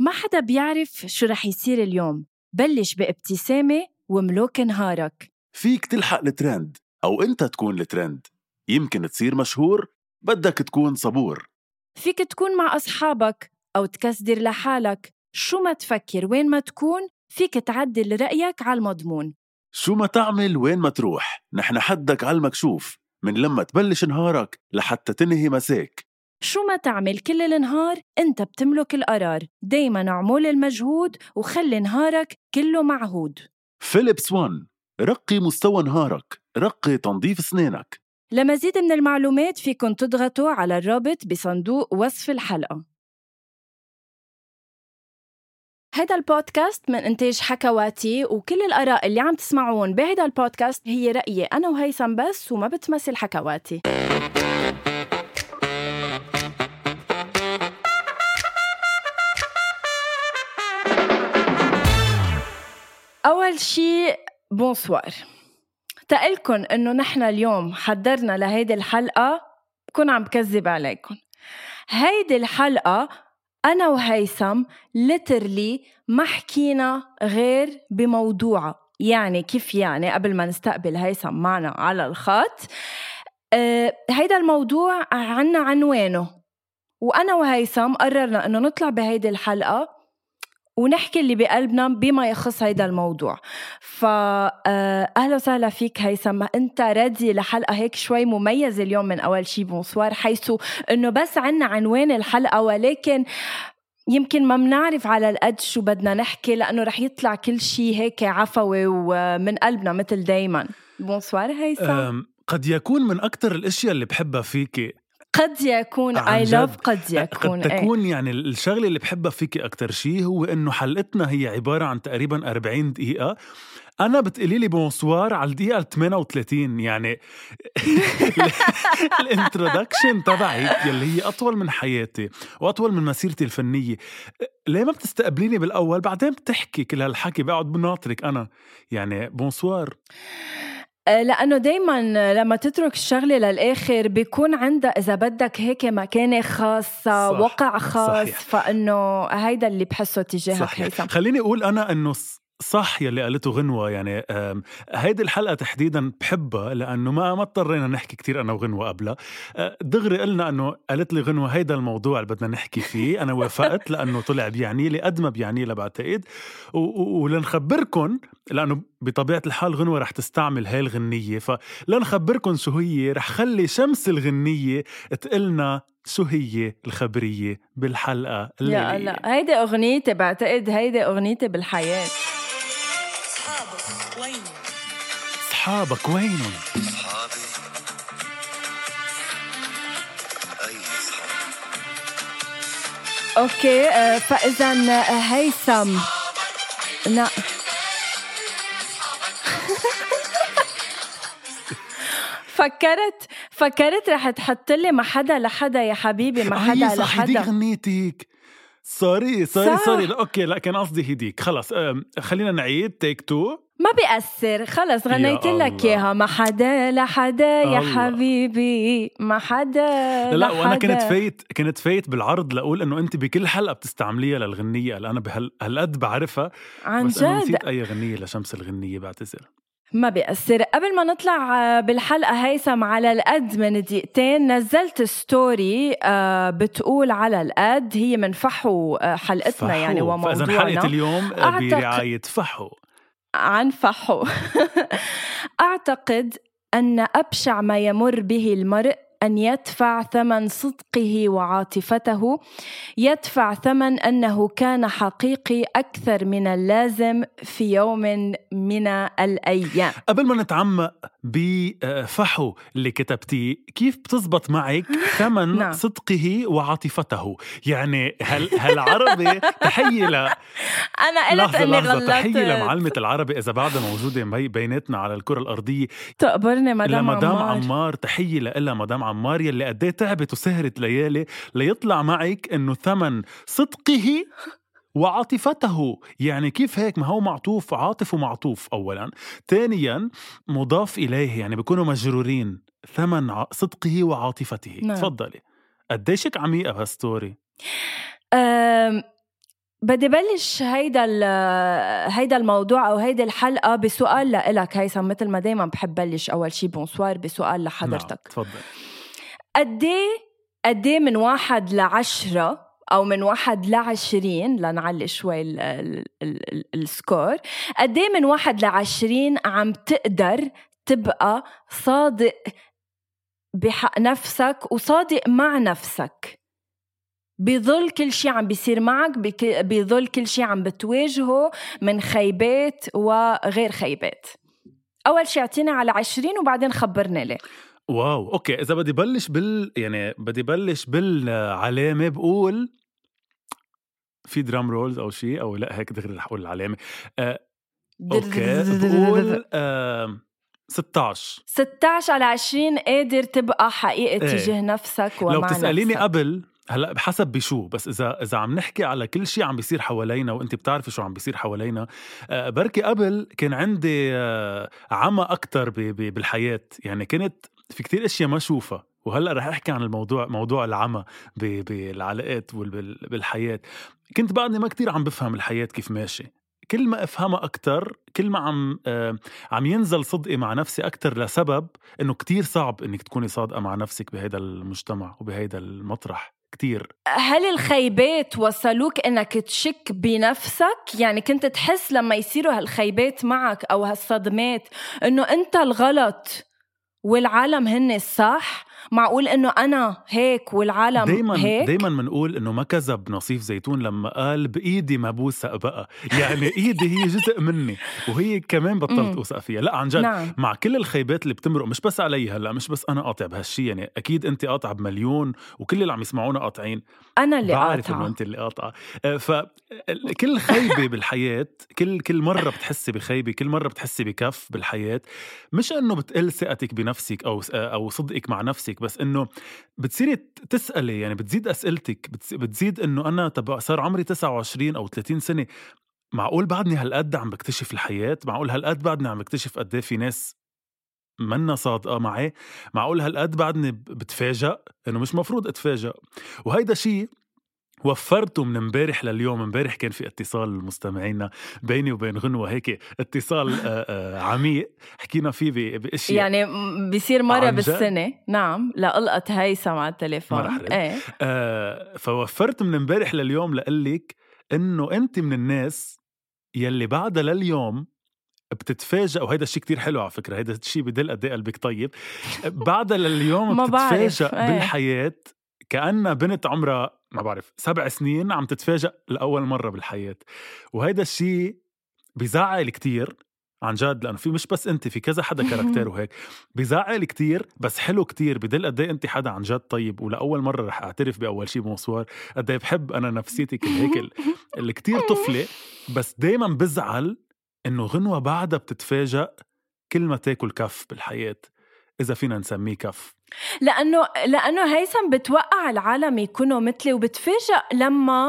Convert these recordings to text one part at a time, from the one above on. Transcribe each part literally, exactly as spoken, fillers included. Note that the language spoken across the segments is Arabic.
ما حدا بيعرف شو رح يصير اليوم. بلش بابتسامة وملوك نهارك. فيك تلحق الترند أو أنت تكون الترند. يمكن تصير مشهور، بدك تكون صبور. فيك تكون مع أصحابك أو تكسدر لحالك. شو ما تفكر وين ما تكون، فيك تعدل رأيك على المضمون. شو ما تعمل وين ما تروح، نحن حدك على المكشوف، من لما تبلش نهارك لحتى تنهي مساك. شو ما تعمل كل النهار، انت بتملك القرار. دايما اعمل المجهود وخلي نهارك كله معهود. فيليبس وان، رقي مستوى نهارك، رقي تنظيف سنينك. لمزيد من المعلومات فيكن تضغطوا على الرابط بصندوق وصف الحلقة. هذا البودكاست من إنتاج حكواتي، وكل الآراء اللي عم تسمعون بهذا البودكاست هي رأيي أنا وهيثم بس، وما بتمثل حكواتي. أول شي بونسوار، تقلكن إنه نحن اليوم حضرنا لهيدي الحلقة، بكون عم بكذب عليكم. هيدي الحلقة أنا وهيثم لترلي ما حكينا غير بموضوع. يعني كيف يعني؟ قبل ما نستقبل هيثم معنا على الخط، أه هيدا الموضوع عنا عنوانه، وأنا وهيثم قررنا إنه نطلع بهيدي الحلقة ونحكي اللي بقلبنا بما يخص هيدا الموضوع. فأهلا وسهلا فيك هيثم. أنت ردي لحلقة هيك شوي مميزة اليوم من أول شي بونسوار، حيث أنه بس عنا عنوان الحلقة، ولكن يمكن ما منعرف على القد شو بدنا نحكي، لأنه رح يطلع كل شي هيك عفوي ومن قلبنا مثل دايما. بونسوار هيثم. قد يكون من أكتر الأشياء اللي بحبها فيكي، قد يكون I love قد يكون قد تكون ايه؟ يعني الشغلة اللي بحبها فيكي أكتر شيء هو إنه حلقتنا هي عبارة عن تقريبا أربعين دقيقة. أنا بتقولي لي بونسوار على الدقيقة ثمانية وثلاثين، يعني الانترودكشن تبعك يلي هي أطول من حياتي وأطول من مسيرتي الفنية. ليه ما بتستقبليني بالأول بعدين بتحكي كل هالحكي؟ بقعد بناطرك أنا، يعني بونسوار. لأنه دايماً لما تترك الشغلة للآخر بيكون عندها إذا بدك هيك مكانة خاصة، صح. وقع خاص. صحيح. فإنه هيدا اللي بحسه تجاهك هيثم. خليني أقول أنا إنه صح يلي قالته غنوة. يعني هيدي الحلقة تحديدا بحبها لأنه ما ما اضطرينا نحكي كتير أنا وغنوة قبلها. دغري قلنا أنه قالت لي غنوة هيدا الموضوع اللي بدنا نحكي فيه. أنا وافقت لأنه طلع بيعني لي قد ما بيعني لها بعتقد. ولنخبركن لأنه بطبيعة الحال غنوة رح تستعمل هاي الغنية، فلنخبركن شو هي. رح خلي شمس الغنية تقلنا شو هي الخبرية بالحلقة الليلية. يا الله، هيدي أغنيتي بعتقد، هيدي أغنيتي بالحياة. صحابك وينهم؟ صحابك وينهم؟ صحابي أي صحاب؟ أوكي، آه فإذا هيثم نا فكرت فكرت رح تحط لي ما حدا لحدا يا حبيبي، ما حدا لحدا. لحدا. هديك غنيتك. سوري سوري سوري لا أوكي، لا كان قصدي هديك. خلص خلينا نعيد تيك تو. ما بيأثر، خلص غنيت لك اياها. ما حدا لحدا يا الله. حبيبي، ما حدا لا, لا وانا لحدا. كنت فايت كنت فايت بالعرض لاقول انه انت بكل حلقه بتستعمليها للغنيه اللي انا بهالقد بعرفها، عن بس انا جد نسيت اي غنيه لشمس الغنيه، بعتذر. ما بيأثر. قبل ما نطلع بالحلقة هيثم، على القد من دقيقتين نزلت ستوري بتقول على القد، هي من فحو حلقتنا فحو. يعني وموضوعنا. فإذا حلقة اليوم أعتقد... برعاية فحو عن فحو. أعتقد أن أبشع ما يمر به المرء أن يدفع ثمن صدقه وعاطفته، يدفع ثمن أنه كان حقيقي أكثر من اللازم في يوم من الأيام. قبل ما نتعمق بفحو اللي كتبتيه، كيف بتزبط معك ثمن نعم. صدقه وعاطفته؟ يعني هل هالعربي تحية ل أنا قلت أني غلطت. تحية لمعلمة العربي إذا بعدها موجودة بيناتنا على الكرة الأرضية. تقبرني مدام مدام عمار. عمار تحية لإلا مدام عمار يلي قديه تعبت وسهرت ليالي ليطلع معك إنه ثمن صدقه وعاطفته. يعني كيف هيك؟ ما هو معطوف، عاطف ومعطوف أولا، ثانيا مضاف إليه، يعني بيكونوا مجرورين. ثمن صدقه وعاطفته. نعم. تفضلي. قديشك عميقة بهالستوري؟ أم بدي بلش هيدا هيدا الموضوع أو هيدا الحلقة بسؤال لإلك هيثم، مثل ما دايما بحب بلش أول شي بونسوار بسؤال لحضرتك. نعم، تفضل. قدي قدي من واحد لعشرة أو من واحد لعشرين لنعلي شوي ال ال ال السكور، قدي من واحد لعشرين عم تقدر تبقى صادق بحق نفسك وصادق مع نفسك بظل كل شي عم بيصير معك، بظل كل شي عم بتواجهه من خيبات وغير خيبات؟ أول شي اعطينا على عشرين وبعدين خبرنا ليه. واو، أوكي. إذا بدي بلش بال يعني بدي بلش بالعلامة، بقول في درام رولز أو شي، أو لا هيك دغري رح أقول العلامة. آه، أوكي، بقول آه، ستة عشر ستة عشر على عشرين قادر تبقى حقيقة إيه. تجاه نفسك ومع لو بتسأليني نفسك. قبل هلا بحسب بشو، بس إذا إذا عم نحكي على كل شيء عم بيصير حوالينا وأنت بتعرفي شو عم بيصير حوالينا، آه بركي قبل كان عندي آه عمى أكتر بالحياة، يعني كانت في كتير أشياء ما شوفها. وهلأ رح أحكي عن الموضوع، موضوع العمى بالعلاقات وبالحياة. كنت بعدني ما كتير عم بفهم الحياة كيف ماشي. كل ما أفهمها أكتر، كل ما عم آه عم ينزل صدقي مع نفسي أكتر، لسبب إنه كتير صعب إنك تكوني صادقة مع نفسك بهيدا المجتمع وبهيدا المطرح كتير. هل الخيبات وصلوك إنك تشك بنفسك؟ يعني كنت تحس لما يصيروا هالخيبات معك أو هالصدمات إنه أنت الغلط والعالم هن الصح؟ معقول إنه أنا هيك والعالم دايماً هيك؟ دايماً منقول إنه ما كذب نصيف زيتون لما قال بإيدي ما بوثق بقى، يعني إيدي هي جزء مني وهي كمان بطلت أوثق فيها. لا عن جد، نعم. مع كل الخيبات اللي بتمرق، مش بس علي هلا، مش بس أنا قاطع بهالشي، يعني أكيد أنت قاطع بمليون وكل اللي عم يسمعونا قاطعين. أنا اللي بعرف قاطعة. إنه أنت اللي قاطعة. فكل خيبة بالحياة، كل كل مرة بتحسي بخيبة، كل مرة بتحسي بكف بالحياة، مش إنه بتقل ثقتك بنفسك أو أو صدقك مع نفسك، بس إنه بتصيري تسألي، يعني بتزيد أسئلتك، بتزيد إنه أنا تبع صار عمري تسعة وعشرين أو ثلاثين سنة، معقول بعدني هالقد عم بكتشف الحياة؟ معقول هالقد بعدني عم بكتشف قد ايه في ناس منا صادقة معي؟ معقول هالقد بعدني بتفاجأ إنه مش مفروض أتفاجأ؟ وهيدا شيء وفرته من امبارح لليوم. امبارح كان في اتصال المستمعين بيني وبين غنوة، هيك اتصال عميق حكينا فيه باشياء يعني بيصير مرة بالسنة. نعم، لقلقت هيثم على التليفون. ايه آه فوفرت من امبارح لليوم لقلك انه انت من الناس يلي بعدها لليوم بتتفاجئ، وهيدا الشيء كتير حلو على فكرة، هيدا الشيء بدل قد ايه قلبك طيب. بعدها لليوم بتتفاجئ بالحياة كأنها بنت عمرها ما بعرف سبع سنين عم تتفاجأ لأول مرة بالحياة. وهيدا الشيء بيزعل كتير عن جد، لأنه في مش بس أنت، في كذا حدا كاركتير وهيك بيزعل كتير، بس حلو كتير، بدل قد ايه أنت حدا عن جد طيب. ولأول مرة رح أعترف بأول شيء بونسوار قد ايه بحب أنا نفسيتك هيك اللي كتير طفلة، بس دايما بزعل إنه غنوة بعدها بتتفاجأ كل ما تاكل كف بالحياة، إذا فينا نسميه كف. لأنه لأنه هيثم بتوقع العالم يكونوا مثلي، وبتفاجأ لما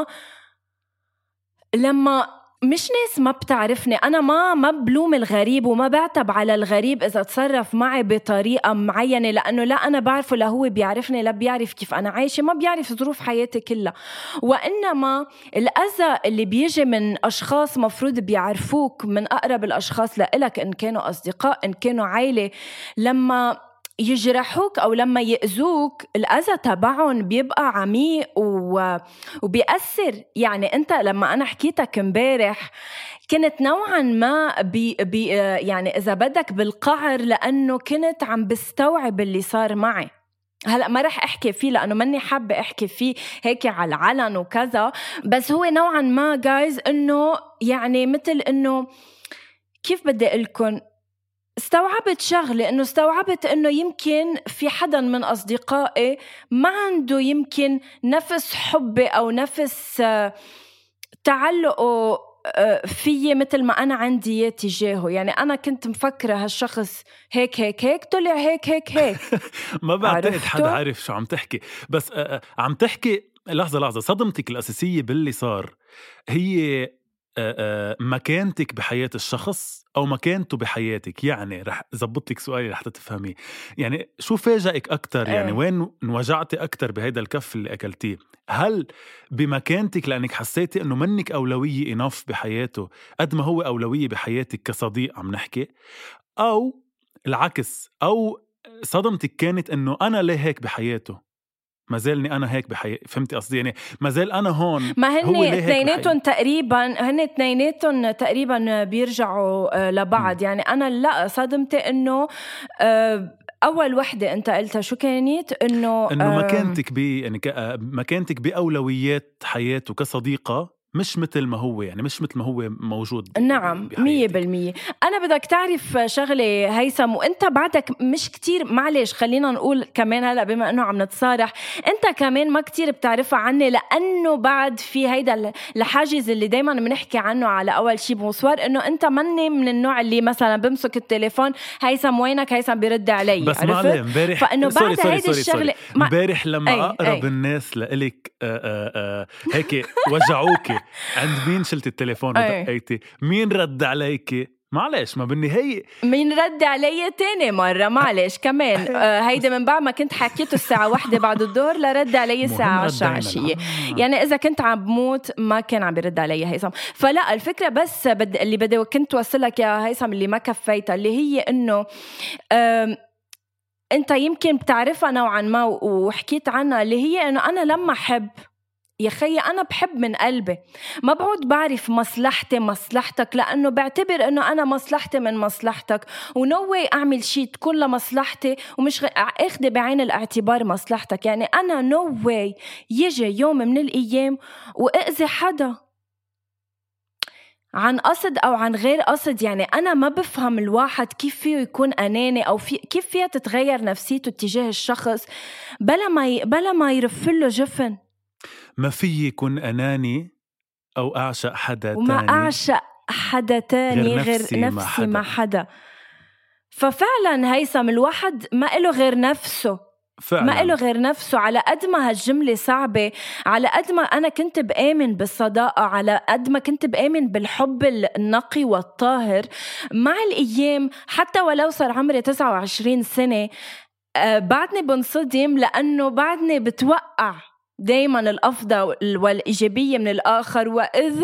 لما مش ناس ما بتعرفني. أنا ما ما بلوم الغريب وما بعتب على الغريب إذا تصرف معي بطريقة معينة، لأنه لا أنا بعرفه لا هو بيعرفني لا بيعرف كيف أنا عايشة، ما بيعرف ظروف حياتي كلها. وإنما الأذى اللي بيجي من أشخاص مفروض بيعرفوك، من أقرب الأشخاص لإلك إن كانوا أصدقاء إن كانوا عائلة، لما يجرحوك أو لما يأذوك الأذى تبعهم بيبقى عميق و... وبيأثر. يعني أنت لما أنا حكيتك امبارح كنت نوعا ما بي... بي... يعني إذا بدك بالقعر، لأنه كنت عم بستوعب اللي صار معي. هلأ ما رح أحكي فيه لأنه مني حابة أحكي فيه هيك على العلن وكذا، بس هو نوعا ما جايز إنه يعني مثل إنه كيف بدي أقولكن، استوعبت شغلة، إنه استوعبت إنه يمكن في حدا من أصدقائي ما عنده يمكن نفس حبي أو نفس تعلقه فيه مثل ما أنا عندي تجاهه. يعني أنا كنت مفكرة هالشخص هيك هيك هيك، طلع هيك هيك هيك. ما بعتقد حدا عارف شو عم تحكي، بس عم تحكي لحظة لحظة. صدمتك الأساسية باللي صار هي مكانتك بحياة الشخص أو مكانته بحياتك. يعني رح زبط لك سؤالي رح تفهمي. يعني شو فاجئك أكتر؟ يعني وين انوجعتي أكتر بهيدا الكف اللي أكلتيه؟ هل بمكانتك لأنك حسيتي أنه منك أولوية إناف بحياته قد ما هو أولوية بحياتك كصديق عم نحكي، أو العكس، أو صدمتك كانت أنه أنا ليه هيك بحياته، ما زالني أنا هيك بحياتي؟ فهمتي قصدي؟ يعني ما زال أنا هون. ما هن اثنيناتهم تقريبا هن اثنيناتهم تقريبا بيرجعوا لبعض. م. يعني أنا لا صدمتي إنه أول وحدة أنت قلتها شو كانت؟ إنه إنه مكانتك ب يعني مكانتك بأولويات حياته كصديقة مش مثل ما هو، يعني مش مثل ما هو موجود. نعم مية بالمية. أنا بدك تعرف شغلة هيثم، وإنت بعدك مش كتير، معلش خلينا نقول كمان هلأ بما أنه عم نتصارح، إنت كمان ما كتير بتعرفها عني، لأنه بعد في هيدا الحاجز اللي دايما بنحكي عنه على أول شي بونسوار، إنه أنت مني من النوع اللي مثلا بمسك التليفون هيثم وينك، هيثم بيرد علي، بس ما عليه مبارح. فإنه بعد هيدا الشغلة مبارح لما أي أقرب أي. الناس لإلك آآ آآ هيك وجعوكي عند مين شلت التليفون ودقيتي؟ مين رد عليكي؟ معلش ما بالنهاية مين رد علي تاني مرة؟ معلش كمان آه هيدا من بعد ما كنت حكيته الساعة واحدة بعد الظهر لرد علي الساعة عشرة عشية. يعني إذا كنت عم بموت ما كان عم بيرد علي هيثم. فلا الفكرة بس بد... اللي بدي كنت وصلك يا هيثم اللي ما كفيتها، اللي هي إنه آه أنت يمكن بتعرفها نوعا ما وحكيت عنها، اللي هي إنه أنا لما حب يا خي أنا بحب من قلبي، ما بعود بعرف مصلحتي مصلحتك، لأنه بعتبر أنه أنا مصلحتي من مصلحتك، ونوي أعمل شيء تكون لمصلحتي ومش أخذ بعين الاعتبار مصلحتك. يعني أنا نوي يجي يوم من الأيام وأذي حدا عن قصد أو عن غير قصد. يعني أنا ما بفهم الواحد كيف فيه يكون أناني، أو في كيف فيها تتغير نفسيته تجاه الشخص بلا ما ي... بلا ما يرفله جفن. ما في يكون أناني أو أعشق حدا تاني، وما أعشق حدا تاني غير نفسي, غير نفسي مع, حدا. مع حدا. ففعلا هيثم الواحد ما إله غير نفسه فعلا. ما إله غير نفسه. على قد ما هالجملة صعبة، على قد ما أنا كنت بآمن بالصداقة، على قد ما كنت بآمن بالحب النقي والطاهر، مع الأيام حتى ولو صار عمري تسعة وعشرين سنة آه بعدني بنصدم، لأنه بعدني بتوقع دايما الأفضل والإيجابية من الآخر، وإذ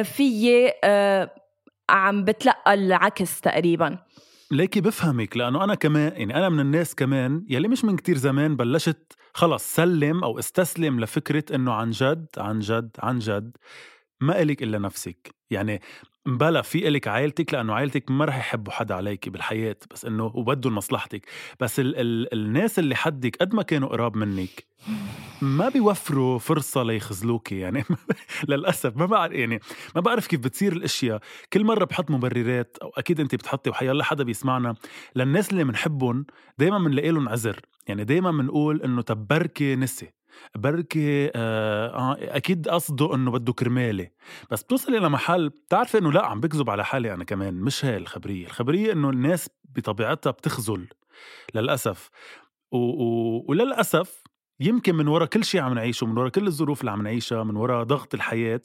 في آه عم بتلقى العكس تقريبا. ليكي بفهمك، لأنه أنا كمان يعني أنا من الناس كمان يلي مش من كتير زمان بلشت خلص سلم أو استسلم لفكرة إنه عن جد عن جد عن جد ما إلك إلا نفسك. يعني بلا في إلك عائلتك، لأنه عائلتك ما رح يحبوا حدا عليك بالحياة، بس إنه وبدوا مصلحتك. بس ال ال الناس اللي حدك قد ما كانوا قراب منك ما بيوفروا فرصة ليخزلوكي. يعني للأسف ما بعرف يعني ما بعرف كيف بتصير الأشياء. كل مرة بحط مبررات، أو أكيد أنت بتحطي وحيا الله حدا بيسمعنا، للناس اللي منحبهم دايما منلاقي لهم عذر. يعني دايما منقول إنه تبركي نسي بركي آه أكيد قصده إنه بده كرمالي. بس بتوصل إلى محل بتعرف إنه لا عم بكذب على حالي أنا كمان. مش هاي الخبرية. الخبرية إنه الناس بطبيعتها بتخزل للأسف. و... و... وللأسف يمكن من وراء كل شيء عم نعيشه، من وراء كل الظروف اللي عم نعيشها، من وراء ضغط الحياة،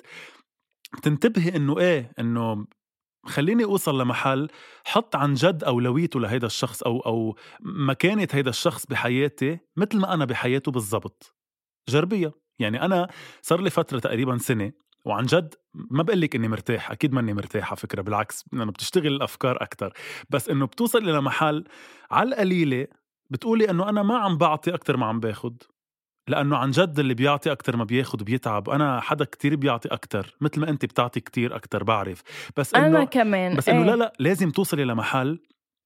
تنتبهي إنه إيه إنه خليني أوصل لمحل حط عن جد أولويته لهيدا الشخص، أو أو مكانة هيدا الشخص بحياتي مثل ما أنا بحياته بالضبط. جربية. يعني أنا صار لي فترة تقريبا سنة وعن جد ما بقلك إني مرتاح، أكيد ما إني مرتاح على فكرة، بالعكس إنه بتشتغل الأفكار أكتر، بس إنه بتوصل إلى محل على القليلة بتقولي إنه أنا ما عم بعطي أكتر ما عم باخد، لأنه عن جد اللي بيعطي أكتر ما بياخد وبيتعب. أنا حدا كتير بيعطي أكتر مثل ما أنت بتعطي كتير أكتر بعرف، بس إنه أنا كمان بس إنه ايه؟ لا لا لازم توصل إلى محل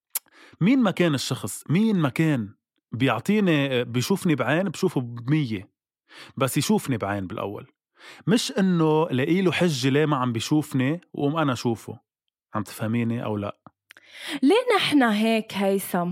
مين مكان الشخص، مين مكان بيعطيني بيشوفني بعين بشوفه بمية، بس يشوفني بعين بالأول، مش إنه لاقيله حجة ليه ما عم بيشوفني وقوم أنا شوفه. عم تفهميني أو لا؟ ليه نحن هيك هيثم؟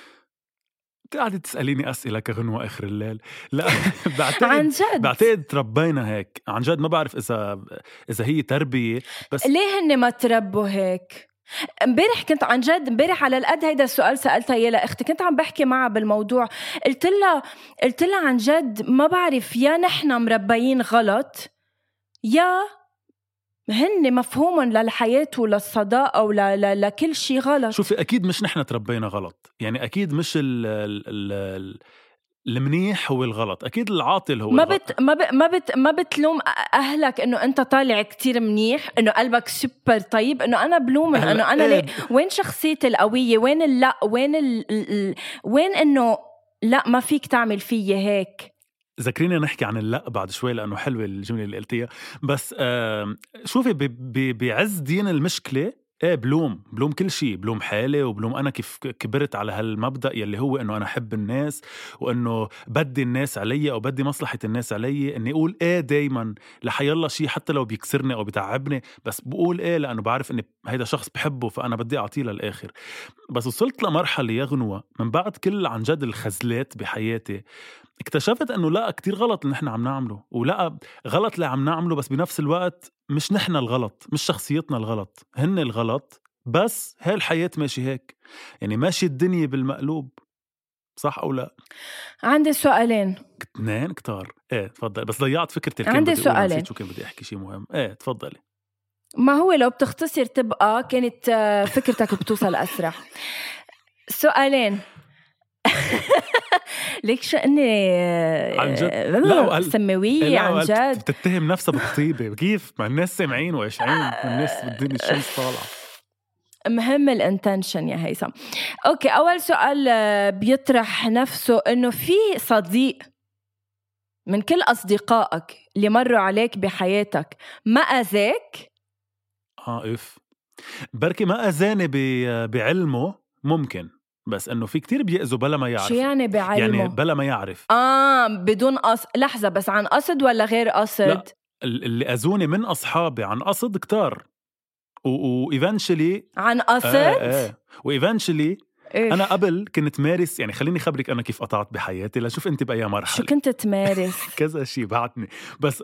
قاعدة تسأليني أسئلة كغنوة آخر الليل. لا بعتقد عن جد بعتقد تربينا هيك عن جد. ما بعرف إذا إذا هي تربية، بس ليه هن ما تربوا هيك؟ امبارح كنت عن جد امبارح على القد هيدا السؤال سألتها يا لأختي، كنت عم بحكي معها بالموضوع، قلت لها قلت لها عن جد ما بعرف، يا نحن مربيين غلط، يا هن مفهومهم للحياة وللصداقة ولكل شيء غلط. شوفي أكيد مش نحن تربينا غلط، يعني أكيد مش ال ال ال المنيح هو الغلط، أكيد العاطل هو ما الغلط. بت ما ب ما بت ما بتلوم أهلك إنه أنت طالع كتير منيح، إنه قلبك سوبر طيب، إنه أنا بلومن إنه أنا ليه، وين شخصيتي القوية، وين اللا، وين ال ال وين إنه لا ما فيك تعمل فيه هيك. ذكرينا نحكي عن اللأ بعد شوي لأنه حلوة الجملة اللي قلتيها. بس آه شوفي بعز دين المشكلة ايه بلوم بلوم كل شيء، بلوم حالي وبلوم أنا كيف كبرت على هالمبدأ يلي هو إنه أنا أحب الناس وإنه بدي الناس علي أو بدي مصلحة الناس علي، إني أقول إيه دايما لحيالله شيء حتى لو بيكسرني أو بيتعبني، بس بقول إيه لأنه بعرف إني هيدا شخص بحبه فأنا بدي أعطيه للآخر. بس وصلت لمرحلة يا غنوة من بعد كل عن جد الخزلات بحياتي اكتشفت انه لا كتير غلط اللي نحن عم نعمله، ولا غلط اللي عم نعمله، بس بنفس الوقت مش نحن الغلط، مش شخصيتنا الغلط، هن الغلط، بس هاي الحياة ماشي هيك، يعني ماشي الدنيا بالمقلوب. صح أو لا؟ عندي سؤالين. اثنين كتار. ايه تفضل، بس ضيعت فكرتي الكلمة. عندي سؤالين. شو كان بدي احكي شيء مهم. ايه تفضلي. ما هو لو بتختصر تبقى كانت فكرتك بتوصل أسرع. سؤالين. ليك شو اني عن جد لا سماوية عن جد بتتهم نفسها بخطيبة كيف مع الناس سامعين واشعين والناس بالدنيا الشمس طالعة. مهم الانتنشن يا هيثم. اوكي، اول سؤال بيطرح نفسه انه في صديق من كل اصدقائك اللي مروا عليك بحياتك ما اذاك؟ اه اف بركي ما اذاني بعلمه ممكن، بس انه في كتير بيأذوا بلا ما يعرف. شو يعني بعلمه؟ يعني بلا ما يعرف. اه بدون قصد. لحظة، بس عن قصد ولا غير قصد؟ لا، اللي أذوني من أصحابي عن قصد كتار وإيفانشلي عن قصد آه آه. وإيفانشلي أنا قبل كنت مارس، يعني خليني خبرك أنا كيف قطعت بحياتي لشوف أنت بأي مرحلة. شو كنت تمارس؟ كذا شيء بعتني بس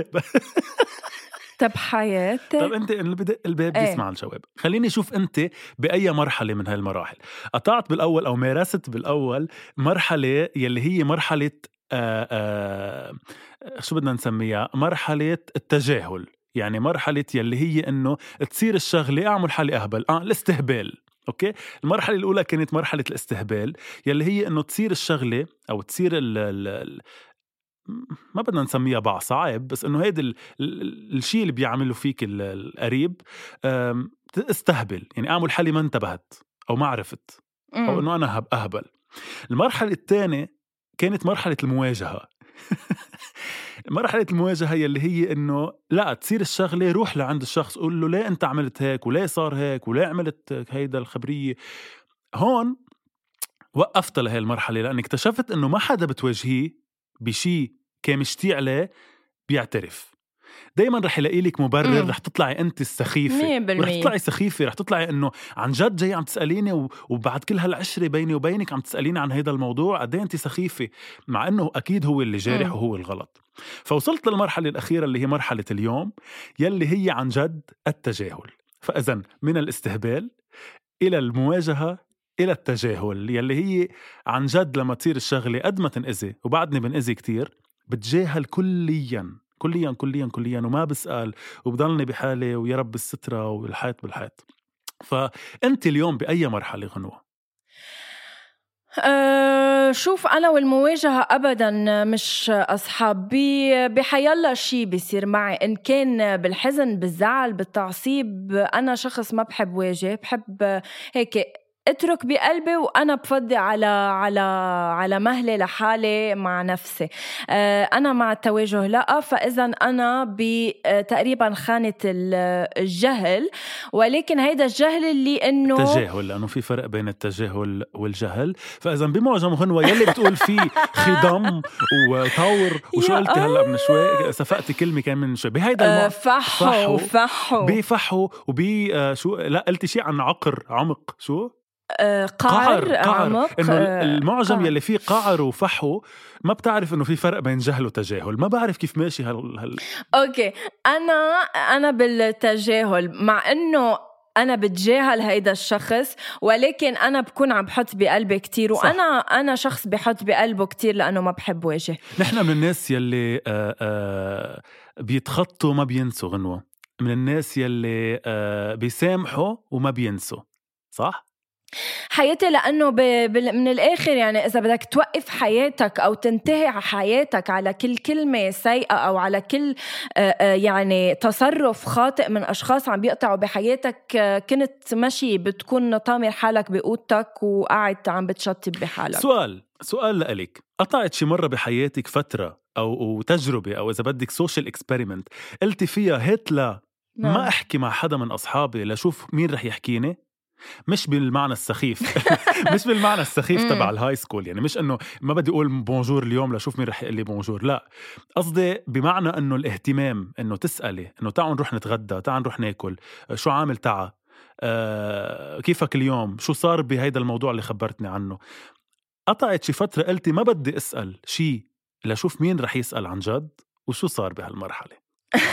طب حياتي. طب انت اللي بدق الباب بيسمع ايه؟ الجواب. خليني اشوف انت باي مرحله من هالمراحل قطعت بالاول او مارست بالاول مرحله يلي هي مرحله آآ آآ شو بدنا نسميها، مرحله التجاهل. يعني مرحله يلي هي انه تصير الشغله اعمل حالي اهبل، اه الاستهبال. اوكي، المرحله الاولى كانت مرحله الاستهبال يلي هي انه تصير الشغله او تصير ال ال ما بدنا نسميها بعصا عيب، بس انه هيدا الشيء اللي بيعمله فيك القريب استهبل، يعني اعمل حالي ما انتبهت او ما عرفت او انه انا اهبل. المرحله الثانيه كانت مرحله المواجهه. مرحله المواجهه اللي هي انه لا تصير الشغله روح لعند الشخص قول له ليه انت عملت هيك وليه صار هيك وليه عملت هيدا الخبريه. هون وقفت لهي المرحله لاني اكتشفت انه ما حدا بتواجهيه بشي كان مشتي عليه بيعترف. دايما رح يلاقي لك مبرر، رح تطلعي انت السخيفه، رح تطلعي سخيفه، رح تطلعي انه عن جد جاي عم تساليني وبعد كل هالعشره بيني وبينك عم تساليني عن هذا الموضوع قد ايه انت سخيفه، مع انه اكيد هو اللي جارح وهو الغلط. فوصلت للمرحله الاخيره اللي هي مرحله اليوم يلي هي عن جد التجاهل. فاذا من الاستهبال الى المواجهه إلى التجاهل يلي هي عن جد لما تصير الشغلة قد ما تنأذي وبعدني بنأذي كتير بتجاهل كلياً كلياً كلياً كلياً وما بسأل وبضلني بحالي ويا رب السترة والحياة بالحياة. فأنت اليوم بأي مرحلة غنوة؟ أه شوف، أنا والمواجهة أبداً مش أصحاب. بحيالله شي بيصير معي إن كان بالحزن بالزعل بالتعصيب، أنا شخص ما بحب واجه، بحب هيك اترك بقلبي وأنا بفضي على على على مهلي لحالي مع نفسي. أنا مع التواجه لا، فإذا أنا بتقريبا خانة الجهل، ولكن هيدا الجهل اللي إنه تجاهل، لأنه في فرق بين التجاهل والجهل. فإذا بمعجم غنوة يلي بتقول فيه خضم وطور وشو قلتي هلأ من شوي سفقتي كلمة كان من شوي بهيدا المع... فحو فحو بفحو وبي شو لا قلتي شيء عن عقر عمق شو قعر, قعر عمق. إنه المعجم قعر. يلي فيه قعر وفحو ما بتعرف إنه في فرق بين جهل وتجاهل. ما بعرف كيف ماشي هال, هال... أوكي، أنا أنا بالتجاهل، مع إنه أنا بتجاهل هيدا الشخص، ولكن أنا بكون عم بحط بقلبي كتير. وأنا أنا شخص بحط بقلبه كتير لأنه ما بحب واجه. نحن من الناس يلي آآ آآ بيتخطوا ما بينسوا غنوة. من الناس يلي آه بيسامحوا وما بينسوا، صح؟ حياتي لأنه ب... ب... من الآخر يعني إذا بدك توقف حياتك أو تنتهي حياتك على كل كلمة سيئة أو على كل آآ آآ يعني تصرف خاطئ من أشخاص عم بيقطعوا بحياتك، آآ كنت ماشي بتكون طامر حالك بأوضتك وقاعد عم بتشطب بحالك. سؤال سؤال لأليك، قطعت شي مرة بحياتك فترة أو تجربة أو إذا بدك سوشيال اكسبيريمنت قلتي فيها هتلا نعم. ما أحكي مع حدا من أصحابي لشوف مين رح يحكيني؟ مش بالمعنى السخيف مش بالمعنى السخيف تبع الهاي سكول، يعني مش انه ما بدي اقول بونجور اليوم لشوف مين رح يقول لي بونجور، لا قصدي بمعنى انه الاهتمام، انه تسألي انه تعالوا نروح نتغدى، تعالوا نروح ناكل، شو عامل تعا، آه كيفك اليوم، شو صار بهيدا الموضوع اللي خبرتني عنه. قطعت شي فترة قلتي ما بدي اسأل شي لشوف مين رح يسأل عن جد وشو صار بهالمرحلة.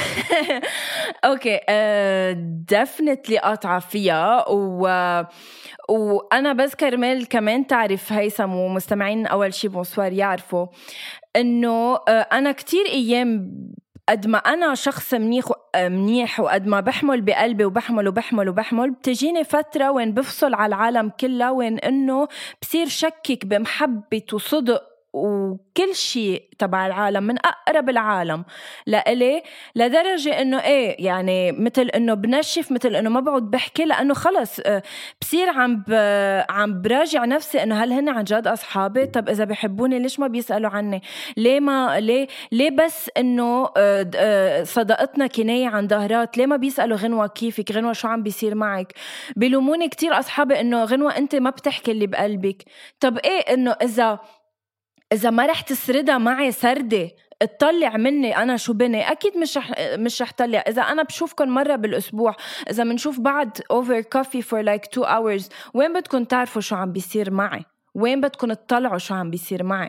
اوكي ديفنتلي قاطعه فيها و... وانا بس كرمال كمان تعرف هيثم ومستمعين اول شي بونسوار يعرفوا انه انا كتير ايام قد ما انا شخص منيح منيح وقد ما بحمل بقلبي وبحمل وبحمل وبحمل بتجيني فتره وين بفصل على العالم كله، وين انه بصير شكك بمحبه وصدق وكل شيء تبع العالم من أقرب العالم لإلي، لدرجة إنه إيه يعني مثل إنه بنشف، مثل إنه ما بعد بحكي، لأنه خلص بصير عم ب... عم براجع نفسي إنه هل هن عن جد أصحابي؟ طب إذا بيحبوني ليش ما بيسألوا عني؟ ليه ما ليه ليه بس إنه صداقتنا كناية عن ظهرات؟ ليه ما بيسألوا غنوة كيفك؟ غنوة شو عم بيصير معك؟ بيلوموني كتير أصحابي إنه غنوة أنت ما بتحكي اللي بقلبك. طب إيه إنه إذا إذا ما رح تسردها معي سردة اطلع مني أنا شو بني، أكيد مش رح مش رح طلع. إذا أنا بشوفكن مرة بالأسبوع، إذا منشوف بعد over coffee for like two hours، وين بدكن تعرفوا شو عم بيصير معي؟ وين بدكن تطلعوا شو عم بيصير معي؟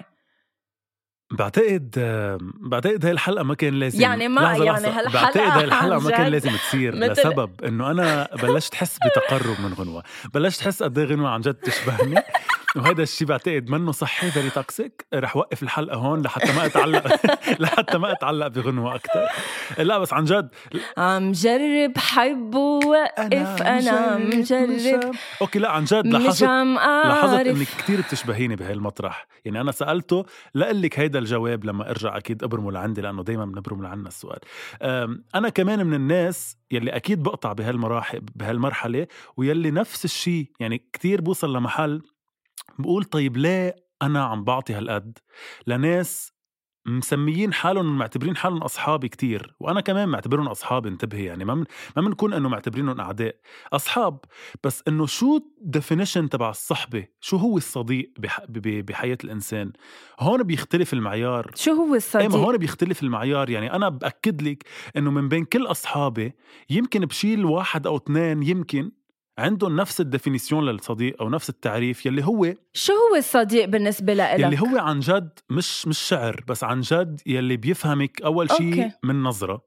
بعتقد بعتقد هاي الحلقة ما كان لازم يعني ما لحظة يعني لحظة. هالحلقة بعتقد هاي الحلقة ما كان لازم تصير مثل... لسبب إنه أنا بلشت حس بتقرب من غنوة، بلشت حس قد ايه غنوة عن جد تشبهني وهذا الشيء بعتقد منه صحي، فيري توكسيك. رح وقف الحلقة هون لحتى ما أتعلق لحتى ما أتعلق بغنوة أكتر. لا بس عن جد عم جرب حب ووقف أنا مجرب. أوكي لا عن جد لاحظت لاحظت إنك كتير بتشبهيني بهاي المطرح. يعني أنا سألته لقلك هيدا الجواب لما أرجع أكيد أبرمه لعندي، لأنه دايما بنبرم لعنا السؤال. أنا كمان من الناس يلي أكيد بقطع بهالمراحل بهالمرحلة، ويلي نفس الشيء يعني كتير بوصل لمحل بقول طيب ليه أنا عم بعطي هالقد لناس مسميين حالهم معتبرين حالهم أصحابي كتير، وأنا كمان معتبرهم أصحابي. انتبهي يعني ما من ما منكون إنه معتبرينهم أعداء، أصحاب. بس إنه شو definition تبع الصحبة، شو هو الصديق بح... بحياة الإنسان؟ هون بيختلف المعيار. شو هو الصديق؟ إيه هون بيختلف المعيار. يعني أنا بأكد لك إنه من بين كل أصحابي يمكن بشيل واحد أو اثنين يمكن عندهم نفس الديفينيسيون للصديق أو نفس التعريف يلي هو شو هو الصديق بالنسبة لإلك؟ يلي هو عن جد مش مش شعر بس عن جد يلي بيفهمك أول شيء من نظرة،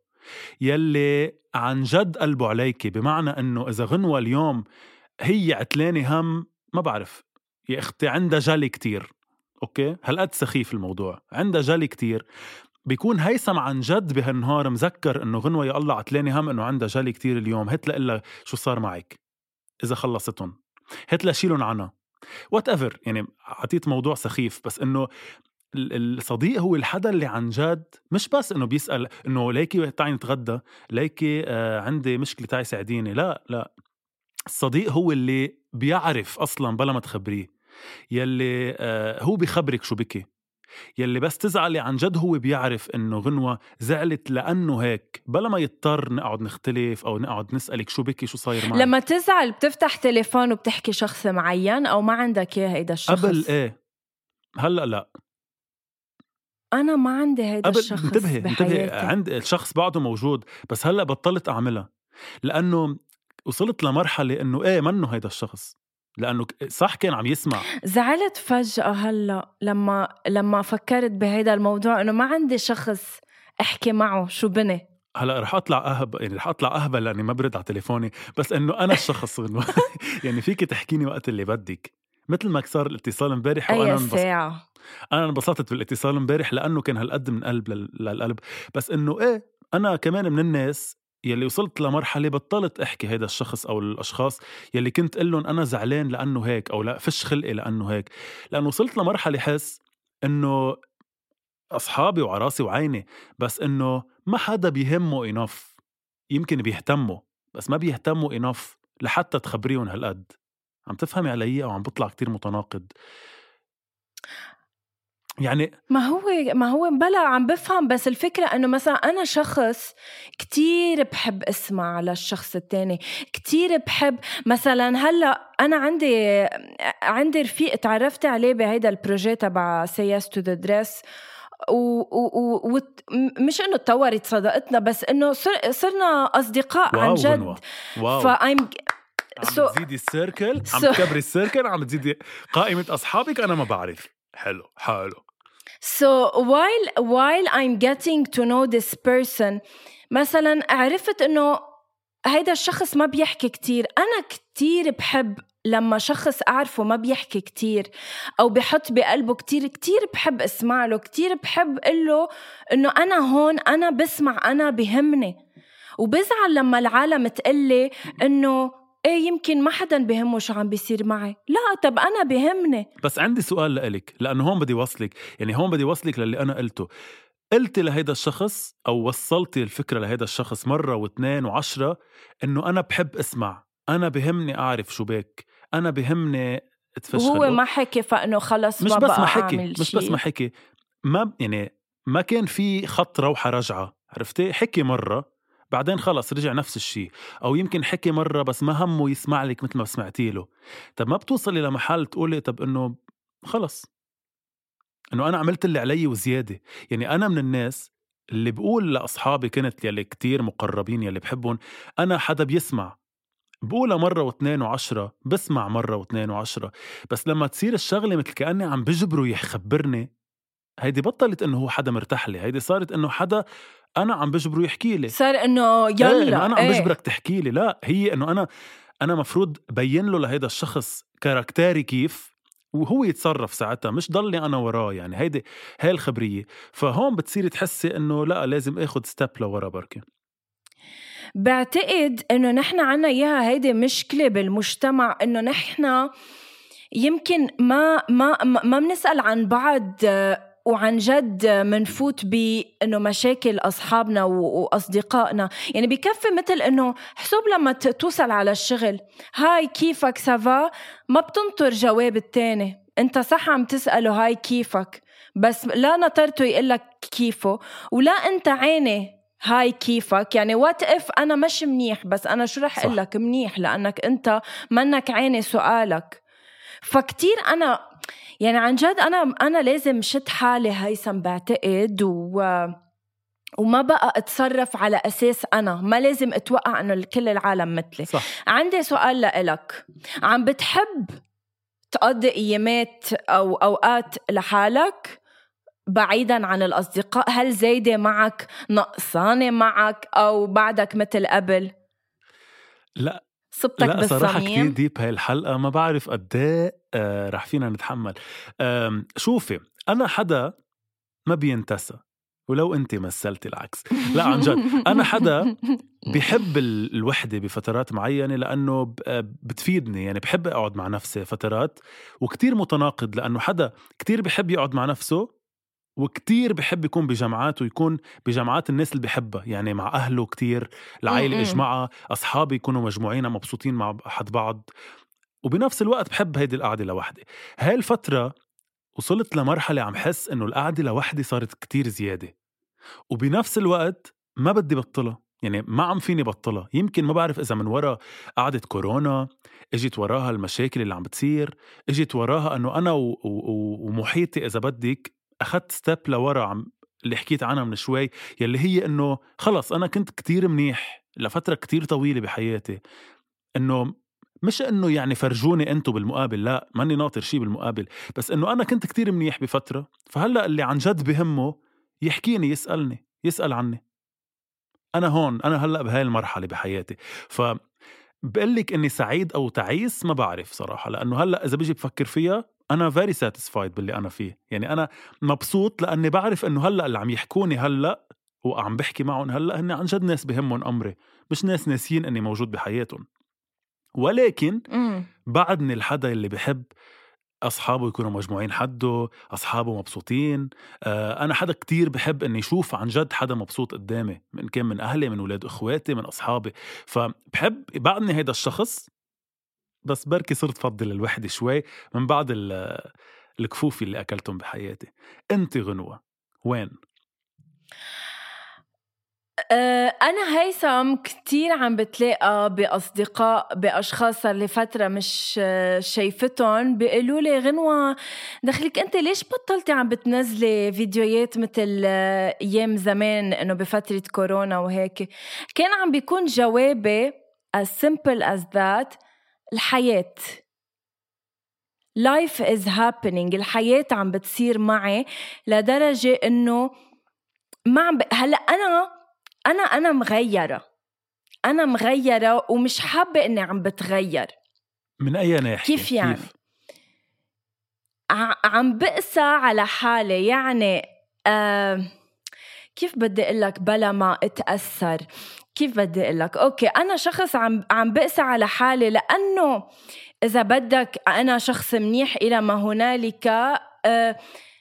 يلي عن جد قلبه عليك. بمعنى أنه إذا غنوة اليوم هي عتلاني هم ما بعرف يا أختي عندها جالي كتير، أوكي هالقد سخيف الموضوع، عندها جالي كتير، بيكون هيثم عن جد بهالنهار مذكر أنه غنوة يا الله عتلاني هم أنه عندها جالي كتير اليوم، هتلا إلا شو صار معك إذا خلصتهم، هتلا شيلون عنها whatever. يعني عطيت موضوع سخيف، بس إنه الصديق هو الحدا اللي عن جد مش بس إنه بيسأل إنه ليكي تعي نتغدى، ليكي آه عندي مشكلة تعي ساعديني، لا لا. الصديق هو اللي بيعرف أصلا بلا ما تخبريه، يلي آه هو بيخبرك شو بكي، يلي بس تزعلي عن جد هو بيعرف إنه غنوة زعلت لأنه هيك، بلا ما يضطر نقعد نختلف أو نقعد نسألك شو بكي شو صاير معك. لما تزعل بتفتح تليفون وبتحكي شخص معين أو ما عندك إياه هيدا الشخص؟ قبل إيه هلأ لا، أنا ما عندي هيدا الشخص انتبهي انتبهي عند الشخص بعده موجود، بس هلأ بطلت أعملها لأنه وصلت لمرحلة إنه إيه منه هيدا الشخص، لأنه صح كان عم يسمع. زعلت فجأة هلأ لما لما فكرت بهيدا الموضوع إنه ما عندي شخص أحكي معه شو بني. هلا رح اطلع اهب يعني رح اطلع اهبل لاني ما برد على تليفوني، بس انه انا الشخص انه يعني فيك تحكيني وقت اللي بدك، مثل ما صار الاتصال امبارح وانا انبسطت. ساعة انا انبسطت بالاتصال امبارح لانه كان هالقد من قلب للقلب. بس انه ايه انا كمان من الناس يلي وصلت لمرحلة بطلت أحكي هيدا الشخص أو الأشخاص يلي كنت قلن أنا زعلان لأنه هيك أو لا فش خلقي لأنه هيك، لأنه وصلت لمرحلة حس إنه أصحابي وعراسي وعيني، بس إنه ما حدا بيهمه إناف. يمكن بيهتموا بس ما بيهتموا إناف لحتى تخبريهم هالقد. عم تفهمي علي أو عم بطلع كتير متناقض؟ يعني ما هو ما هو بلا عم بفهم، بس الفكرة انه مثلا انا شخص كتير بحب اسمع على الشخص التاني، كتير بحب مثلا هلا انا عندي عندي رفيق تعرفت عليه بهيدا البروجي تبع Say Yes to the Dress، ومش انه تطورت صداقتنا بس انه صرنا اصدقاء عن جد. فايم عم تزيدي السيركل، عم تكبري السيركل، عم تزيدي قائمة اصحابك. انا ما بعرف. حلو حلو. So while while I'm getting to know this person، مثلا عرفت انه هيدا الشخص ما بيحكي كتير. انا كتير بحب لما شخص أعرفه ما بيحكي كتير أو بيحط بقلبه كتير، كتير بحب أسمع له، كتير بحب قله إنه أنا هون، أنا بسمع، أنا بهمني. وبزعل لما العالم تقلي إنه إيه يمكن ما حدا بهمه شو عم بيصير معي. لا، طب أنا بهمني. بس عندي سؤال لإلك، لأنه هون بدي وصلك، يعني هون بدي وصلك للي أنا قلته. قلتي لهيدا الشخص أو وصلتي الفكرة لهيدا الشخص مرة واثنين وعشرة إنه أنا بحب أسمع، أنا بهمني أعرف شو بك، أنا بهمني أتفشل. وهو ما حكي فإنه خلص مش ما بس بقى ما حكي، أعمل مش بس ما حكي، ما يعني ما كان في خط روحة رجعة. عرفتي؟ حكي مرة بعدين خلص رجع نفس الشيء، أو يمكن حكي مرة بس ما همه يسمع لك مثل ما سمعتي له. طب ما بتوصلي لمحل تقولي طب إنه خلص، إنه أنا عملت اللي علي وزيادة. يعني أنا من الناس اللي بقول لأصحابي كنت يلي كتير مقربين يلي بحبهم أنا حدا بيسمع، بقولها مرة واثنين وعشرة، بسمع مرة واثنين وعشرة. بس لما تصير الشغلة مثل كأني عم بجبره يخبرني، هيدي بطلت إنه هو حدا مرتاح لي، هيدي صارت إنه حدا أنا عم بجبره يحكي لي. صار إنه يلا إيه إنه أنا عم إيه. بجبرك تحكي لي. لا، هي إنه أنا أنا مفروض بين له لهيدا الشخص كاركتيري كيف وهو يتصرف ساعتها، مش ضلني أنا وراه. يعني هيدي هاي الخبرية. فهون بتصيري تحسي إنه لا، لازم أخد ستيب لورا بركة. بعتقد إنه نحن عنا إياها هيدي مشكلة بالمجتمع، إنه نحن يمكن ما ما ما بنسأل عن بعض وعن جد منفوت بإنه مشاكل أصحابنا وأصدقائنا. يعني بكفي مثل إنه حسب لما توصل على الشغل، هاي كيفك سافا، ما بتنطر جواب التاني. أنت صح عم تسأله هاي كيفك، بس لا نطرته يقلك كيفه، ولا أنت عيني هاي كيفك. يعني وات اف أنا مش منيح، بس أنا شو رح قلك منيح لأنك أنت منك عيني سؤالك. فكتير أنا يعني عن جد أنا أنا لازم شد حالي هيثم بعتقد، و وما بقى أتصرف على أساس أنا ما لازم أتوقع أنه كل العالم مثلي. صح. عندي سؤال لإلك، عم بتحب تقضي أيامات أو أوقات لحالك بعيداً عن الأصدقاء؟ هل زايدة معك، نقصانة معك، أو بعدك مثل قبل؟ لا صبتك لا صراحة كتير بالصميم. ديب هاي الحلقة، ما بعرف قديه آه رح فينا نتحمل. آه شوفي، أنا حدا ما بينتسى، ولو أنت مثلتي العكس. لا عن جد أنا حدا بحب الوحدة بفترات معينة لأنه بتفيدني. يعني بحب أقعد مع نفسي فترات، وكتير متناقض لأنه حدا كتير بحب يقعد مع نفسه وكتير بحب يكون بجمعات، ويكون بجمعات الناس اللي بحبها، يعني مع أهله كتير، العائلة اجمعها، أصحابي يكونوا مجموعين مبسوطين مع أحد بعض. وبنفس الوقت بحب هيدي القعدة لوحدي. هاي الفترة وصلت لمرحلة عم حس إنه القعدة لوحدي صارت كتير زيادة، وبنفس الوقت ما بدي بطلها. يعني ما عم فيني بطلها. يمكن ما بعرف إذا من وراء قعدة كورونا اجت وراها المشاكل اللي عم بتصير، اجت وراها أنه أنا و... و... ومحيطي إذا بدك أخذت ستيب لورا عم اللي حكيت عنها من شوي، يلي هي إنه خلص أنا كنت كتير منيح لفترة كتير طويلة بحياتي. إنه مش إنه يعني فرجوني أنتو بالمقابل، لا ماني ناطر شي بالمقابل، بس إنه أنا كنت كتير منيح بفترة، فهلأ اللي عن جد بهمه يحكيني، يسألني، يسأل عني. أنا هون، أنا هلأ بهاي المرحلة بحياتي. فبقلك إني سعيد أو تعيس ما بعرف صراحة، لأنه هلأ إذا بيجي بفكر فيها أنا very satisfied باللي أنا فيه. يعني أنا مبسوط لأني بعرف إنه هلأ اللي عم يحكوني هلأ وعم بحكي معهم هلأ هن عن جد ناس بهمهم أمري، مش ناس ناسيين أني موجود بحياتهم. ولكن مم. بعدني الحدا اللي بحب أصحابه يكونوا مجموعين حده، أصحابه مبسوطين. آه أنا حدا كتير بحب أني شوف عن جد حدا مبسوط قدامي، من كان من أهلي، من ولاد أخواتي، من أصحابي. فبحب بعدني هيدا الشخص، بس بركي صرت فضل الوحدة شوي من بعد الكفوفي اللي أكلتهم بحياتي. أنت غنوة وين؟ أنا هيثم كتير عم بتلاقى بأصدقاء بأشخاص اللي فترة مش شايفتهم بيقولوا لي غنوة دخلك أنت ليش بطلتي عم بتنزلي فيديوهات مثل أيام زمان إنه بفترة كورونا وهيك. كان عم بيكون جوابي as simple as that: الحياة life is happening، الحياة عم بتصير معي لدرجة إنه ما عم ب... هلأ أنا أنا أنا مغيرة أنا مغيرة ومش حابة إني عم بتغير. من أي ناحية؟ كيف يعني؟ كيف؟ عم بقسى على حالي يعني. آه كيف بدي أقولك بلا ما أتأثر؟ كيف بدي أقولك؟ أوكي أنا شخص عم عم بقسى على حالي لأنه إذا بدك أنا شخص منيح إلى ما هنالك. آه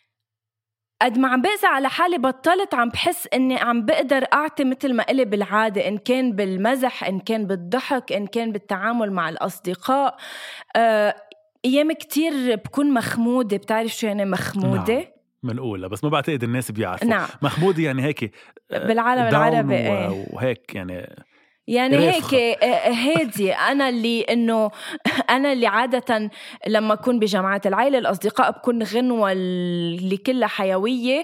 قد ما عم بقسى على حالي بطلت عم بحس إني عم بقدر أعطي مثل ما قلي بالعادة، إن كان بالمزح، إن كان بالضحك، إن كان بالتعامل مع الأصدقاء. آه أيام كتير بكون مخمودة. بتعرف شو يعني مخمودة؟ نعم. منقولة بس ما بعتقد الناس بيعرفوا. نعم. مخمودة يعني هيك بالعالم العربي ايه. وهيك يعني يعني رافخة. هيك هادي. أنا اللي إنه أنا اللي عادة لما أكون بجامعات العائلة الأصدقاء بكون غنوة اللي كلها حيوية.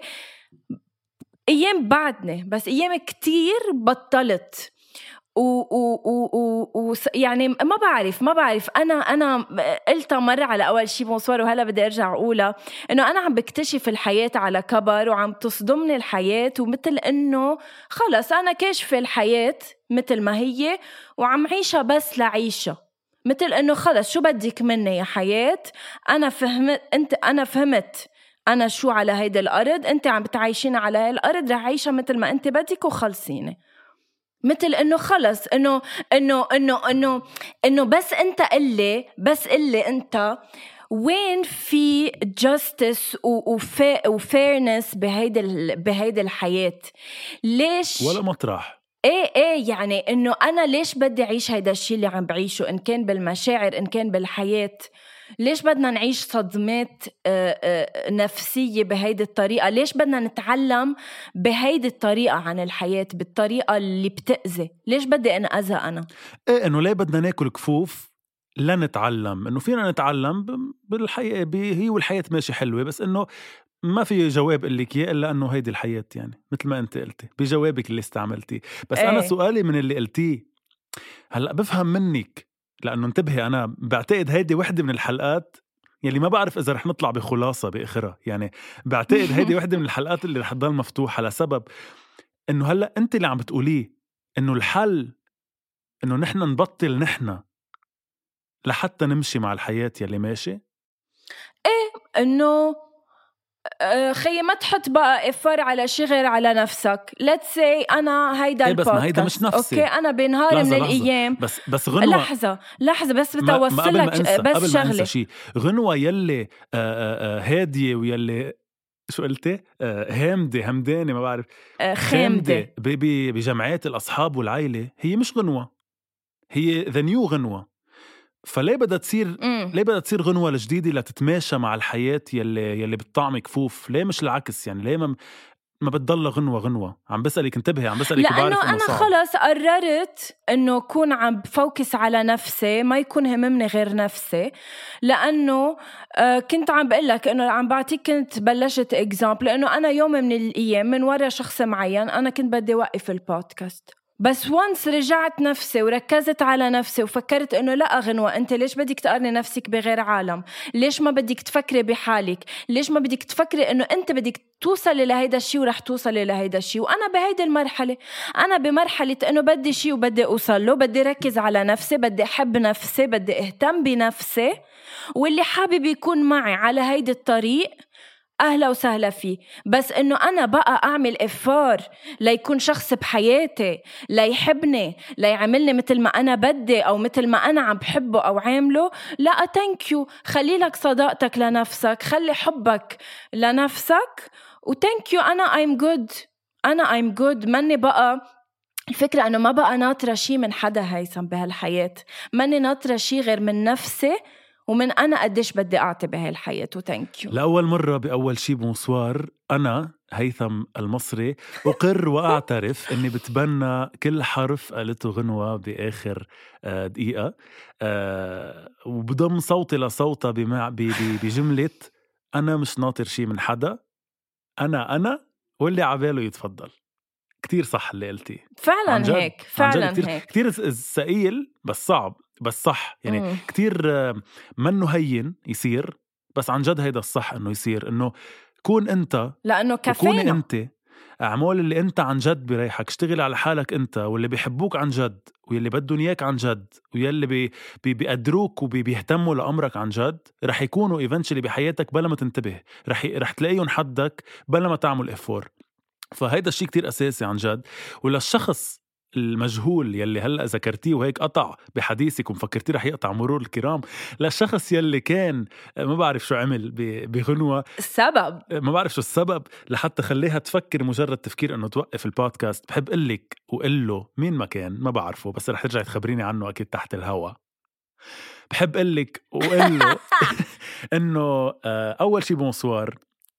أيام بعدني بس أيام كتير بطلت و و و و و يعني ما بعرف ما بعرف أنا أنا قلت مرة على أول شي بونسوار وهلا بدي أرجع أقولها إنه أنا عم بكتشف الحياة على كبر وعم تصدمني الحياة، ومثل إنه خلص أنا كاشفة الحياة مثل ما هي وعم عيشها بس لعيشها، مثل إنه خلص شو بدك مني يا حياة. أنا فهمت أنت أنا فهمت أنا شو على هيدا الأرض، أنت عم بتعيشين على هاي الأرض رح عيشها مثل ما أنت بدك وخلصيني. مثل إنه خلص إنه إنه إنه إنه إنه بس أنت قلي بس قلي أنت وين في justice وfairness بهيدا بهيدا الحياة؟ ليش ولا مطرح؟ ايه ايه يعني إنه أنا ليش بدي أعيش هيدا الشيء اللي عم بعيشه، إن كان بالمشاعر إن كان بالحياة؟ ليش بدنا نعيش صدمات نفسية بهيدي الطريقة؟ ليش بدنا نتعلم بهيدي الطريقة عن الحياة بالطريقة اللي بتأذي؟ ليش بدي أنأذى أنا؟ إيه إنه ليه بدنا ناكل كفوف لنتعلم؟ إنه فينا نتعلم بالحياة هي والحياة ماشي حلوة، بس إنه ما في جواب اللي كيه إلا أنه هيدي الحياة يعني مثل ما أنت قلتي بجوابك اللي استعملتيه. بس ايه؟ أنا سؤالي من اللي قلتيه هلأ بفهم منك، لأنه انتبهي أنا بعتقد هيدي وحدة من الحلقات يلي ما بعرف إذا رح نطلع بخلاصة بآخرها. يعني بعتقد هيدي وحدة من الحلقات اللي رح تضل مفتوحة لسبب إنه هلأ أنت اللي عم بتقوليه إنه الحل إنه نحن نبطل نحن لحتى نمشي مع الحياة يلي ماشي. إيه إنه خي ما تحط بقى إفر على شي غير على نفسك. let's say أنا هيدا إيه بس ما هيدا مش نفسي. أوكي أنا بنهار من لحظة الأيام بس بس غنوة لحظة لحظة بس بتوصلك بس شغلة شي. غنوة يلي آآ آآ هادية ويلي شو قلتي آه هامدة همدانة ما بعرف آه خامدة بجمعات الأصحاب والعائلة، هي مش غنوة، هي ذا نيو غنوة. فليه بدها تصير مم. ليه بدها تصير غنوة الجديدة لتتماشى مع الحياة يلي يلي بتطعم كفوف؟ ليه مش العكس؟ يعني ليه ما ما بتضل غنوة غنوة؟ عم بسألك انتبهي عم بسألك لأنه أنا صعب. خلص قررت أنه كون عم بفوكس على نفسي، ما يكون هممني غير نفسي. لأنه آه كنت عم بقلك أنه عم بعطيك كنت بلشت إكزامبل لأنه أنا يوم من الأيام من وراء شخص معين أنا كنت بدي وقف البودكاست، بس وانس رجعت نفسي وركزت على نفسي وفكرت انه لا غنوة انت ليش بدك تقارني نفسك بغير عالم؟ ليش ما بدك تفكري بحالك؟ ليش ما بدك تفكري انه انت بدك توصلي لهيدا الشيء ورح توصلي لهيدا الشيء؟ وانا بهيدي المرحلة انا بمرحلة انه بدي شيء وبدي اوصل له، بدي ركز على نفسي، بدي احب نفسي، بدي اهتم بنفسي، واللي حابب يكون معي على هيدا الطريق أهلا وسهلا فيه. بس إنه أنا بقى أعمل إفار ليكون شخص بحياتي، ليحبني، ليعملني مثل ما أنا بدي أو مثل ما أنا عم بحبه أو عامله، لا تانكيو. خلي لك صداقتك لنفسك، خلي حبك لنفسك وتانكيو. أنا I'm good، أنا I'm good. مني بقى الفكرة أنه ما بقى ناطرة شي من حدا هيثم بهالحياة، ماني ناطرة شي غير من نفسي ومن أنا قديش بدي أعطي بهالحياة. وتانكيو. لأول مرة بأول شي بونسوار أنا هيثم المصري أقر وأعترف أني بتبنى كل حرف قالته غنوة بآخر دقيقة، وبضم صوتي لصوتها بجملة أنا مش ناطر شي من حدا، أنا أنا واللي عباله يتفضل. كتير صح اللي قلتي، فعلا هيك، فعلا كتير هيك. كتير ثقيل بس صعب بس صح يعني. مم. كتير منه هين يصير، بس عن جد هيدا الصح انه يصير، انه كون انت، لانه كفينا، كون انت اعمال اللي انت عن جد بريحك، اشتغل على حالك انت واللي بيحبوك عن جد واللي بدهم اياك عن جد واللي بي بي بيقدروك وبيهتموا لامرك عن جد، رح يكونوا ايفنتشلي بحياتك بلا ما تنتبه، رح رح تلاقيهم حدك بلا ما تعمل افور. فهيدا الشيء كتير أساسي عن جد. وللشخص المجهول يلي هلأ ذكرتيه وهيك قطع بحديثك ومفكرتيه رح يقطع مرور الكرام، للشخص يلي كان ما بعرف شو عمل بغنوة، السبب ما بعرف شو السبب لحتى خليها تفكر مجرد تفكير أنه توقف البودكاست، بحب قلك وقله مين ما كان ما بعرفه، بس رح ترجع تخبريني عنه أكيد تحت الهوا. بحب قلك وقله أنه أول شي بونسوار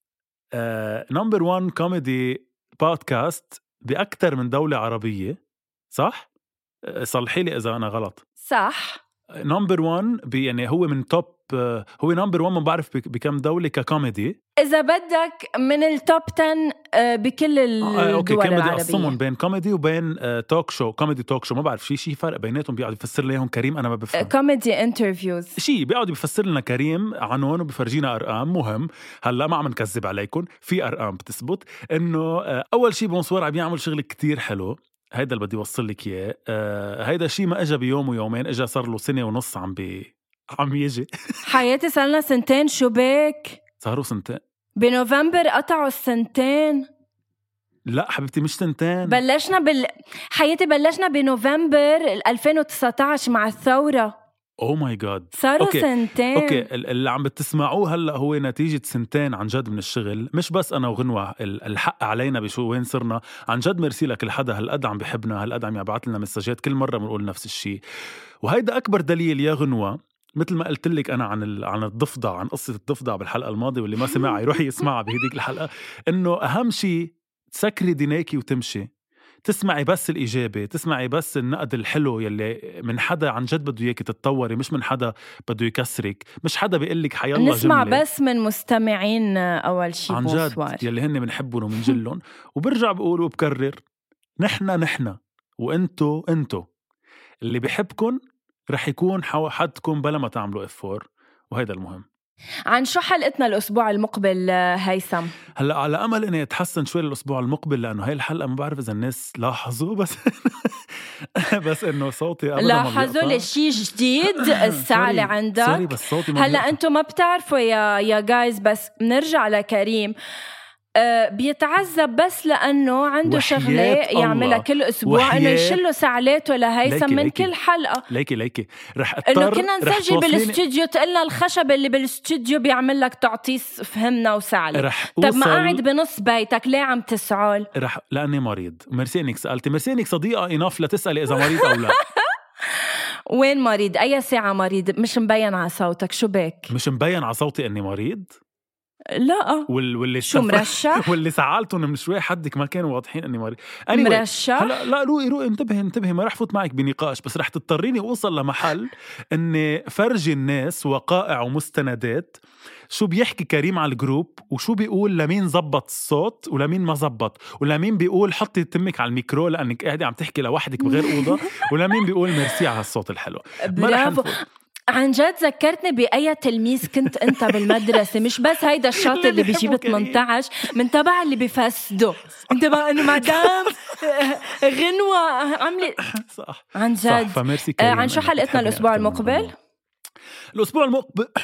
نمبر وان كوميدي بودكاست بأكتر من دولة عربية، صح؟ صلحي لي إذا أنا غلط. صح. نمبر وان يعني هو من توب، هو نمبر وان ما بعرف بكم دولة ككوميدي، إذا بدك من التوب عشرة بكل الدول آه، أوكي. العربية. كان بدي أقسمهم بين كوميدي وبين آه، توك شو، كوميدي توك شو ما بعرف شي شي فرق بيناتهم، بيقعد يفسر ليهم كريم، أنا ما بفهم. كوميدي انترفيوز شي بيقعد بيفسر لنا كريم عنون وبيفرجينا أرقام. مهم هلأ ما عم نكذب عليكم، في أرقام بتثبت إنه آه، أول شي بونسوار عم يعمل شغل كتير حلو. هيدا اللي بدي وصل لك إياه. آه، هيدا شي ما إجا بيوم ويومين، إجا صار له سنة ونص عم بي عم يجي. حياتي صار لنا سنتين. شو بك؟ صاروا سنتين بنوفمبر قطعوا السنتين. لا حبيبتي مش سنتين، بلشنا بال حياتي بلشنا بنوفمبر ألفين وتسعة عشر مع الثورة. اوه ماي جاد، صاروا أوكي. سنتين. اوكي اللي عم بتسمعوه هلا هو نتيجة سنتين عن جد من الشغل، مش بس انا وغنوة. الحق علينا بشو وين صرنا عن جد. مرسي لك الحدا هالقد عم بحبنا، هالقد عم يبعث لنا مساجات، كل مرة بنقول نفس الشيء. وهيدا اكبر دليل يا غنوة، مثل ما قلت لك انا عن عن الضفدع، عن قصة الضفدع بالحلقة الماضية، واللي ما سمعها يروح يسمعها بهديك الحلقة، انه اهم شيء تسكري دينيكي وتمشي، تسمعي بس الإجابة، تسمعي بس النقد الحلو يلي من حدا عن جد بده إياكي تتطوري، مش من حدا بده يكسرك، مش حدا بيقلك حيالله جملة. نسمع بس من مستمعين أول شيء عن جد يلي هن منحبهم ومنجلهم. وبرجع بقول وبكرر، نحنا نحنا وإنتو إنتو، اللي بيحبكن رح يكون حدكم بلا ما تعملوا إفور، وهيدا المهم. عن شو حلقتنا الأسبوع المقبل هيثم؟ هلأ على أمل إني يتحسن شوي الأسبوع المقبل، لأنه هاي الحلقة ما بعرف إذا الناس لاحظوا، بس بس إنه صوتي أبدا لاحظوا لي شيء جديد الساعة اللي عندك. سوري بس صوتي ما هلأ أنتم ما بتعرفوا يا يا جايز، بس نرجع لكريم. أه بيتعذب بس لأنه عنده شغلة يعملها كل أسبوع، إنه يشله ساعلاته لهيثم من ليكي. كل حلقة ليكي ليكي رح إنه كنا نسجل بالاستوديو، تقلنا الخشب اللي بالاستوديو بيعمل لك تعطيس، فهمنا وساعلة. طب ما قاعد بنص بيتك ليه عم تسعال؟ رح لأني مريض. ميرسي إنك سألتي، ميرسي إنك صديقة إناف لتسألي إذا مريض أو لا. وين مريض؟ أي ساعة مريض؟ مش مبين على صوتك. شو بك؟ مش مبين على صوتي إني مريض؟ لا. وال واللي شو مرشح؟ واللي سعالتهم من شوي حدك ما كانوا واضحين اني مريض. anyway. مرشح؟ هلا لا روقي روقي انتبهي انتبهي، ما رح فوت معك بنقاش، بس رح تضطريني اوصل لمحل اني فرجي الناس وقائع ومستندات شو بيحكي كريم على الجروب، وشو بيقول لمين زبط الصوت ولمين ما زبط، ولمين بيقول حطي تمك على الميكرو لانك قاعده عم تحكي لوحدك بغير اوضه، ولمين بيقول ميرسي على الصوت الحلو. برافو. عن جد ذكرتني بأي تلميذ كنت أنت بالمدرسة، مش بس هيدا الشاطر اللي بيجيب ثمانية عشر من تبع اللي بيفسدوا. انت بقى انه مدام غنوة عملي صح عن جد. صح. آه عن شو حلقتنا الأسبوع المقبل؟ الأسبوع المقبل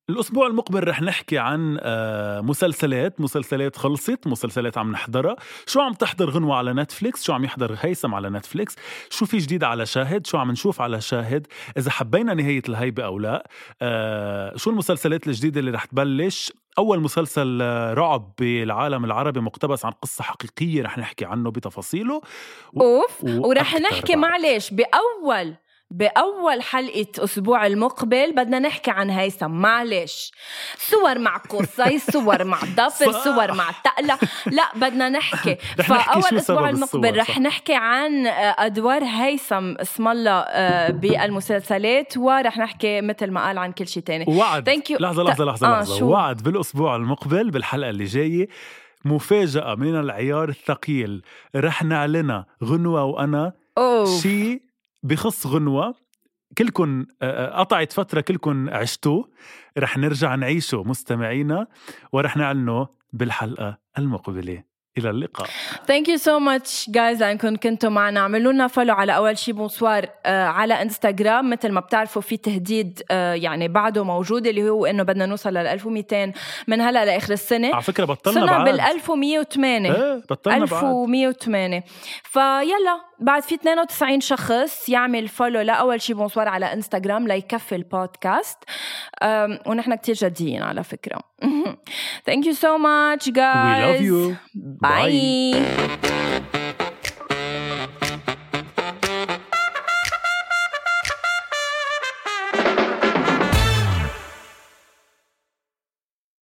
الأسبوع المقبل رح نحكي عن مسلسلات مسلسلات خلصت، مسلسلات عم نحضرها. شو عم تحضر غنوة على نتفليكس، شو عم يحضر هيثم على نتفليكس، شو في جديد على شاهد، شو عم نشوف على شاهد، إذا حبينا نهاية الهيبة أو لا، شو المسلسلات الجديدة اللي رح تبلش. أول مسلسل رعب بالعالم العربي مقتبس عن قصة حقيقية رح نحكي عنه بتفاصيله. أوف. ورح نحكي بعد. معلش بأول بأول حلقة أسبوع المقبل بدنا نحكي عن هيثم. معلش، صور مع قصي، صور مع ضفر، صور مع تقلة، لا بدنا نحكي. فأول أسبوع المقبل رح نحكي عن أدوار هيثم اسم الله بالمسلسلات، ورح نحكي مثل ما قال عن كل شيء تاني. وعد لحظة لحظة لحظة, لحظة, آه لحظة. وعد بالأسبوع المقبل بالحلقة اللي جاية مفاجأة من العيار الثقيل رح نعلنها غنوة وأنا. شيء بخص غنوة كلكن قطعت فترة كلكن عشتوه، رح نرجع نعيشه مستمعينا ورح نعلنه بالحلقة المقبلة. إلى اللقاء. Thank you so much guys لأنكم كنتوا معنا. عملوا لنا فولو على أول شي بونسوار آه على إنستغرام. مثل ما بتعرفوا في تهديد آه يعني بعده موجود اللي هو إنه بدنا نوصل للألف ومئتين من هلأ لآخر السنة. على فكرة بطلنا بعد بعد بالألف ومية وثمانية. ايه بطلنا ألف ومية وثمانية. فيلا بعد في اثنين وتسعين شخص يعمل فولو لأول شي بونسوار على إنستغرام ليكفي البودكاست. ونحن كتير جديين على فكرة. Thank you so much guys. We love you. Bye. Bye.